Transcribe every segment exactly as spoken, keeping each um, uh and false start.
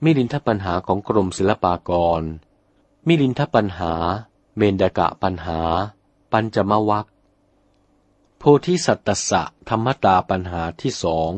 มิลินทปัญหาของกรมศิลปากรมิลินทปัญหาเมนดกะปัญหาปัญจมวรรคโพธิสัตตสสะธรรมตาปัญหาที่สอง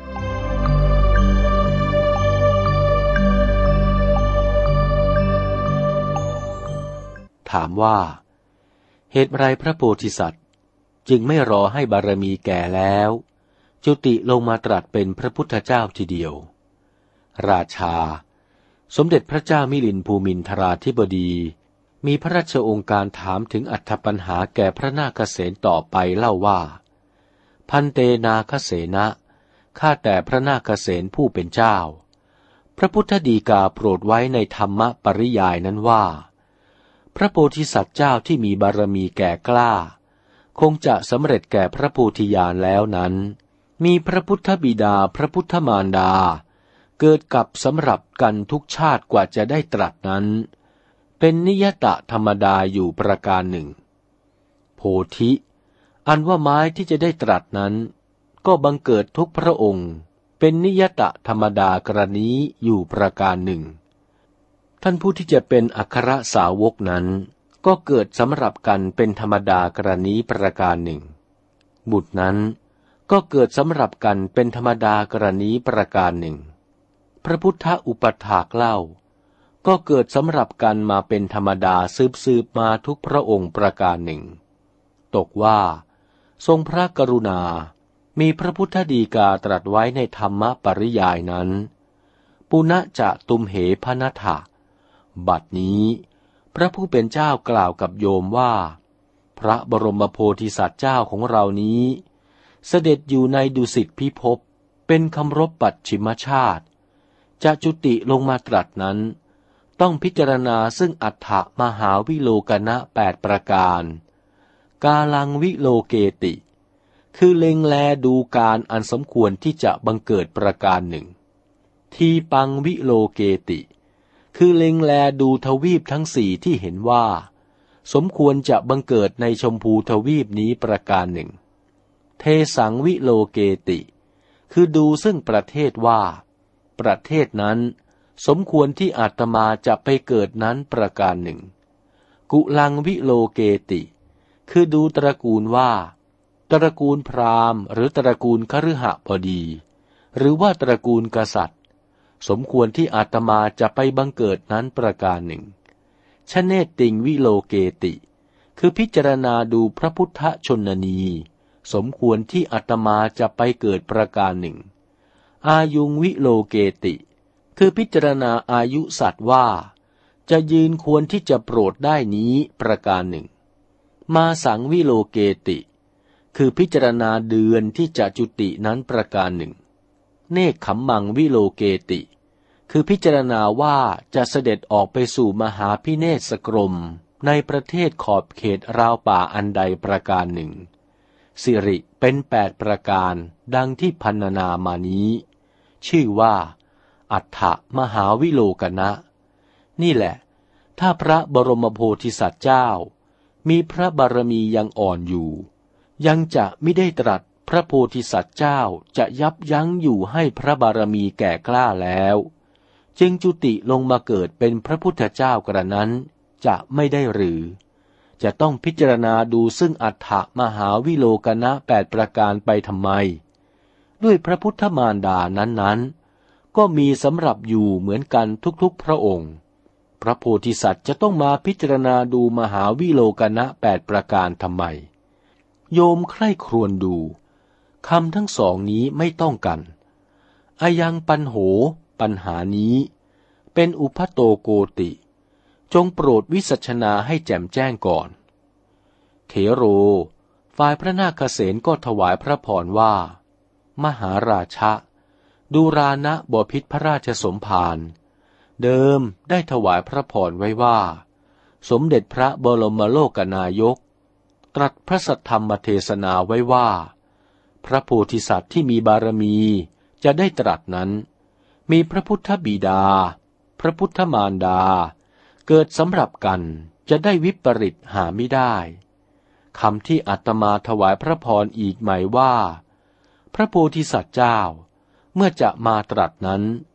ถามว่าเหตุไรพระโพธิสัตว์จึงไม่รอให้บารมีแก่แล้วจุติลงมาตรัสเป็นพระพุทธเจ้าทีเดียวราชาสมเด็จพระเจ้ามิลินภูมินทราธิบดีมีพระราชโองการถามถึงอัฏฐปัญหาแก่พระนาคเสนต่อไปเล่าว่าพันเตนาคเสนะข้าแต่พระนาคเสนผู้เป็นเจ้าพระพุทธฎีกาโปรดไว้ในธรรมปริยายนั้นว่าพระโพธิสัตว์เจ้าที่มีบารมีแก่กล้าคงจะสำเร็จแก่พระโพธิญาณแล้วนั้นมีพระพุทธบิดาพระพุทธมารดาเกิดกับสำหรับกันทุกชาติกว่าจะได้ตรัสนั้นเป็นนิยตธรรมดาอยู่ประการหนึ่งโพธิอันว่าไม้ที่จะได้ตรัสนั้นก็บังเกิดทุกพระองค์เป็นนิยตธรรมดากรณีอยู่ประการหนึ่งท่านผู้ที่จะเป็นอัครสาวกนั้นก็เกิดสำหรับกันเป็นธรรมดากรณีประการหนึ่งบุตรนั้นก็เกิดสำหรับกันเป็นธรรมดากรณีประการหนึ่งพระพุทธอุปถากเล่าก็เกิดสำหรับกันมาเป็นธรรมดาสืบสืบมาทุกพระองค์ประการหนึ่งตกว่าทรงพระกรุณามีพระพุทธฎีกาตรัสไว้ในธรรมปริยายนั้นปุณจะตุมเหพนัทธะบัดนี้พระผู้เป็นเจ้ากล่าวกับโยมว่าพระบรมโพธิสัตว์เจ้าของเรานี้เสด็จอยู่ในดุสิตพิภพเป็นคำรบปัจฉิมชาติจะจุติลงมาตรัสนั้นต้องพิจารณาซึ่งอัฏฐมหาวิโลกนะแปดประการกาลังวิโลเกติคือเล็งแลดูการอันสมควรที่จะบังเกิดประการหนึ่งทีปังวิโลเกติคือเล็งแลดูทวีปทั้งสี่ที่เห็นว่าสมควรจะบังเกิดในชมพูทวีปนี้ประการหนึ่งเทสังวิโลเกติคือดูซึ่งประเทศว่าประเทศนั้นสมควรที่อาตมาจะไปเกิดนั้นประการหนึ่งกุลังวิโลเกติคือดูตระกูลว่าตระกูลพราหมณ์หรือตระกูลคฤหบดีหรือว่าตระกูลกษัตริย์สมควรที่อาตมาจะไปบังเกิดนั้นประการหนึ่งชเนติงวิโลเกติคือพิจารณาดูพระพุทธชนนีสมควรที่อาตมาจะไปเกิดประการหนึ่งอายุงวิโลเกติคือพิจารณาอายุสัตว์ว่าจะยืนควรที่จะโปรดได้นี้ประการหนึ่งมาสังวิโลเกติคือพิจารณาเดือนที่จะจุตินั้นประการหนึ่งเนกขัมมังวิโลเกติคือพิจารณาว่าจะเสด็จออกไปสู่มหาพิเนศกรมในประเทศขอบเขตราวป่าอันใดประการหนึ่งสิริเป็นแปดประการดังที่พรรณนามานี้ชื่อว่าอัฏฐมหาวิโลกนะนี่แหละถ้าพระบรมโพธิสัตว์เจ้ามีพระบารมียังอ่อนอยู่ยังจะไม่ได้ตรัสพระโพธิสัตว์เจ้าจะยับยั้งอยู่ให้พระบารมีแก่กล้าแล้วจึงจุติลงมาเกิดเป็นพระพุทธเจ้ากระนั้นจะไม่ได้หรือจะต้องพิจารณาดูซึ่งอัฏฐมหาวิโลกนะแปดประการไปทำไมด้วยพระพุทธมารดานั้นๆก็มีสำหรับอยู่เหมือนกันทุกๆพระองค์พระโพธิสัตว์จะต้องมาพิจารณาดูมหาวิโลกนะแปดประการทำไมโยมใคร่ครวญดูคำทั้งสองนี้ไม่ต้องกันอายังปัญโหปัญหานี้เป็นอุปโตโกติจงโปรดวิสัชนาให้แจ่มแจ้งก่อนเถโรฝ่ายพระนาคเสนก็ถวายพระพรว่ามหาราชะดูรานะบพิตรพระราชสมภารเดิมได้ถวายพระพรไว้ว่าสมเด็จพระบรมโลกนายกตรัสพระสัทธรรมเทศนาไว้ว่าพระโพธิสัตว์ที่มีบารมีจะได้ตรัสนั้นมีพระพุทธบิดาพระพุทธมารดาเกิดสำหรับกันจะได้วิปริตหาไม่ได้คำที่อาตมาถวายพระพรอีกหมายว่าพระโพธิสัตว์เจ้าเมื่อจะมาตรัสนั้น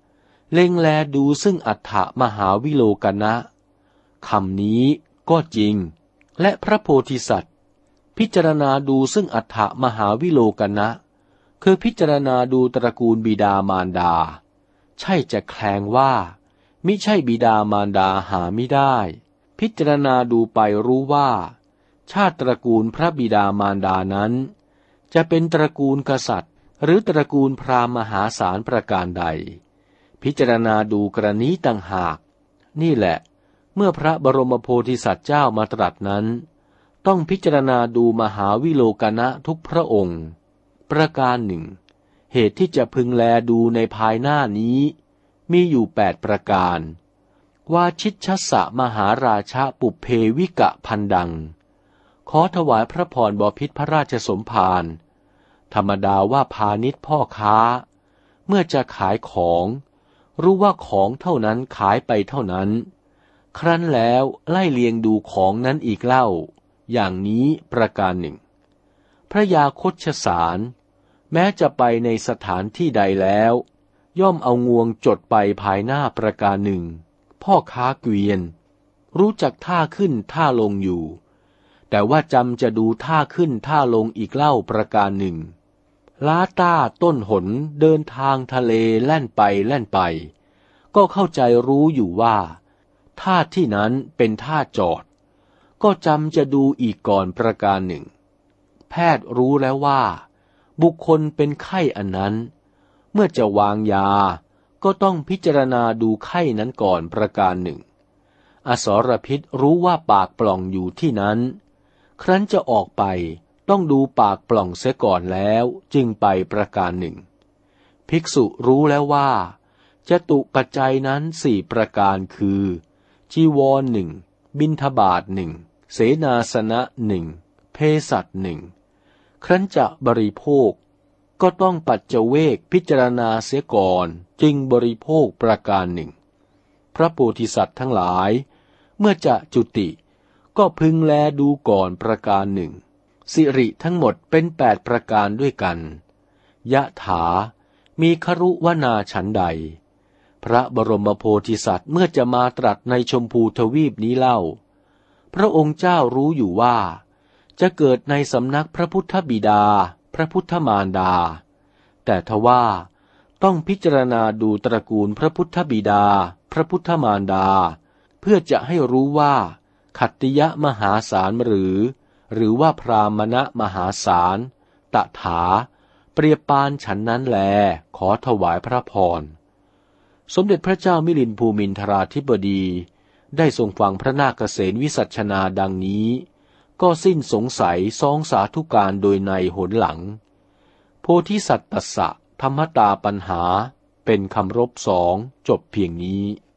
เล็งแลดูซึ่งอัฏฐมหาวิโลกนะคำนี้ก็จริงและพระโพธิสัตว์พิจารณาดูซึ่งอัฏฐมหาวิโลกนะคือพิจารณาดูตระกูลบิดามารดาใช่จะแคลงว่ามิใช่บิดามารดาหาไม่ได้พิจารณาดูไปรู้ว่าชาติตระกูลพระบิดามารดานั้นจะเป็นตระกูลกษัตริย์หรือตระกูลพราหมณ์มหาศาลประการใดพิจารณาดูกรณีต่างหากนี่แหละเมื่อพระบรมโพธิสัตว์เจ้ามาตรัสนั้นต้องพิจารณาดูมหาวิโลกนะทุกพระองค์ประการหนึ่งเหตุที่จะพึงแลดูในภายหน้านี้มีอยู่แปดประการวาชิชชสะมหาราชาปุเพวิกะพันดังขอถวายพระพรบพิตรพระราชสมภารธรรมดาว่าพาณิชย์พ่อค้าเมื่อจะขายของรู้ว่าของเท่านั้นขายไปเท่านั้นครั้นแล้วไล่เลียงดูของนั้นอีกเล่าอย่างนี้ประการหนึ่งพระยาคชสารแม้จะไปในสถานที่ใดแล้วย่อมเอางวงจดไปภายหน้าประการหนึ่งพ่อค้าเกวียนรู้จักท่าขึ้นท่าลงอยู่แต่ว่าจำจะดูท่าขึ้นท่าลงอีกเล่าประการหนึ่งล้าต้าต้นหนเดินทางทะเลแล่นไปแล่นไปก็เข้าใจรู้อยู่ว่าท่าที่นั้นเป็นท่าจอดก็จำจะดูอีกก่อนประการหนึ่งแพทย์รู้แล้วว่าบุคคลเป็นไข้อันนั้นเมื่อจะวางยาก็ต้องพิจารณาดูไข้นั้นก่อนประการหนึ่งอสรพิษรู้ว่าปากปล่องอยู่ที่นั้นครั้นจะออกไปต้องดูปากปล่องเสียก่อนแล้วจึงไปประการหนึ่งภิกษุรู้แล้วว่าจตุปัจจัยนั้นสี่ประการคือจีวรหนึ่งบิณฑบาตหนึ่งเสนาสนะหนึ่งเภสัชหนึ่งครั้นจะบริโภคก็ต้องปัจเจเวกพิจารณาเสียก่อนจึงบริโภคประการหนึ่งพระโพธิสัตว์ทั้งหลายเมื่อจะจุติก็พึงแลดูก่อนประการหนึ่งสิริทั้งหมดเป็นแปดประการด้วยกันยะถามีครุวนาฉันใดพระบรมโพธิสัตว์เมื่อจะมาตรัสในชมพูทวีปนี้เล่าพระองค์เจ้ารู้อยู่ว่าจะเกิดในสำนักพระพุทธบิดาพระพุทธมารดาแต่ทว่าต้องพิจารณาดูตระกูลพระพุทธบิดาพระพุทธมารดาเพื่อจะให้รู้ว่าขัตติยะมหาศาลหรือหรือว่าพรามณะมหาศาลตถาเปรียบปานฉันนั้นแลขอถวายพระพรสมเด็จพระเจ้ามิลินภูมินทราธิบดีได้ทรงฟังพระนาคเษนวิสัชนาดังนี้ก็สิ้นสงสัยซองสาธุการโดยในหนหลังโพธิสัตตัสสะธรรมตาปัญหาเป็นคำรบสองจบเพียงนี้